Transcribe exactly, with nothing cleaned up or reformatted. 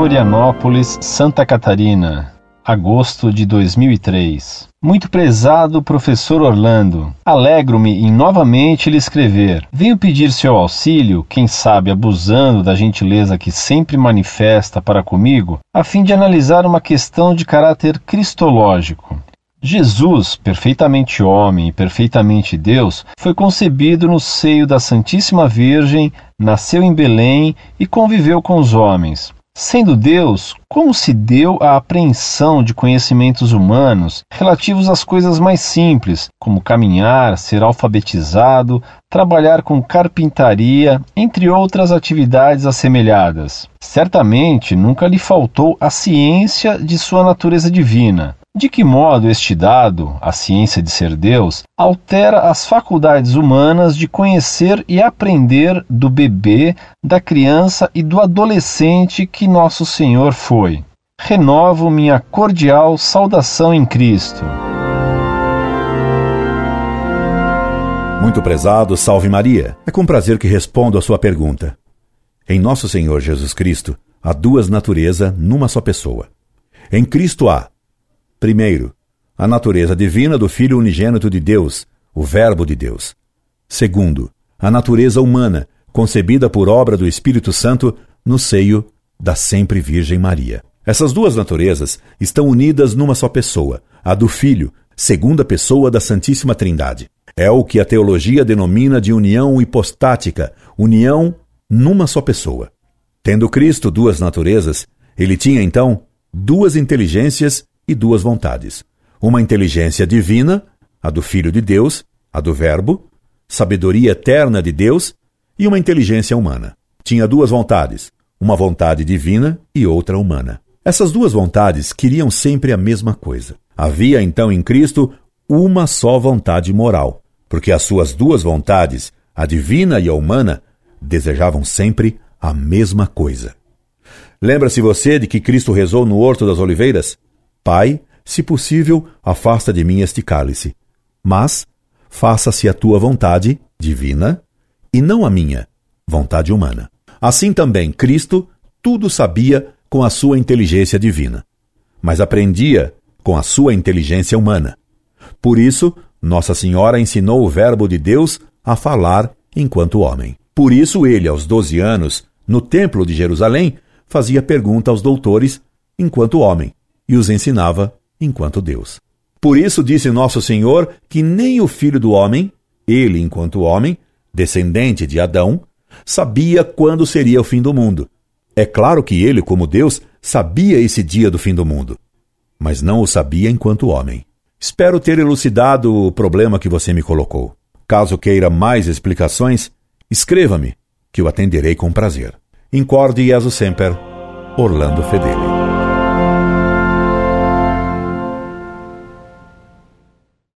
Florianópolis, Santa Catarina, agosto de dois mil e três. Muito prezado professor Orlando, alegro-me em novamente lhe escrever. Venho pedir seu auxílio, quem sabe abusando da gentileza que sempre manifesta para comigo, a fim de analisar uma questão de caráter cristológico. Jesus, perfeitamente homem e perfeitamente Deus, foi concebido no seio da Santíssima Virgem, nasceu em Belém e conviveu com os homens. Sendo Deus, como se deu a apreensão de conhecimentos humanos relativos às coisas mais simples, como caminhar, ser alfabetizado, trabalhar com carpintaria, entre outras atividades assemelhadas? Certamente nunca lhe faltou a ciência de sua natureza divina. De que modo este dado, a ciência de ser Deus, altera as faculdades humanas de conhecer e aprender do bebê, da criança e do adolescente que nosso Senhor foi? Renovo minha cordial saudação em Cristo. Muito prezado, salve Maria. É com prazer que respondo a sua pergunta. Em nosso Senhor Jesus Cristo, há duas naturezas numa só pessoa. Em Cristo há, primeiro, a natureza divina do Filho unigênito de Deus, o Verbo de Deus. Segundo, a natureza humana, concebida por obra do Espírito Santo no seio da sempre Virgem Maria. Essas duas naturezas estão unidas numa só pessoa, a do Filho, segunda pessoa da Santíssima Trindade. É o que a teologia denomina de união hipostática, união numa só pessoa. Tendo Cristo duas naturezas, ele tinha então duas inteligências e duas vontades. Uma inteligência divina, a do Filho de Deus, a do Verbo, sabedoria eterna de Deus, e uma inteligência humana. Tinha duas vontades, uma vontade divina e outra humana. Essas duas vontades queriam sempre a mesma coisa. Havia então em Cristo uma só vontade moral, porque as suas duas vontades, a divina e a humana, desejavam sempre a mesma coisa. Lembra-se você de que Cristo rezou no Horto das Oliveiras? Pai, se possível, afasta de mim este cálice, mas faça-se a tua vontade divina e não a minha, vontade humana. Assim também Cristo tudo sabia com a sua inteligência divina, mas aprendia com a sua inteligência humana. Por isso, Nossa Senhora ensinou o Verbo de Deus a falar enquanto homem. Por isso ele, aos doze anos, no Templo de Jerusalém, fazia pergunta aos doutores enquanto homem e os ensinava enquanto Deus. Por isso disse Nosso Senhor que nem o Filho do Homem, ele enquanto homem, descendente de Adão, sabia quando seria o fim do mundo. É claro que ele, como Deus, sabia esse dia do fim do mundo, mas não o sabia enquanto homem. Espero ter elucidado o problema que você me colocou. Caso queira mais explicações, escreva-me, que eu atenderei com prazer. Incorde Jesus Semper, Orlando Fedeli.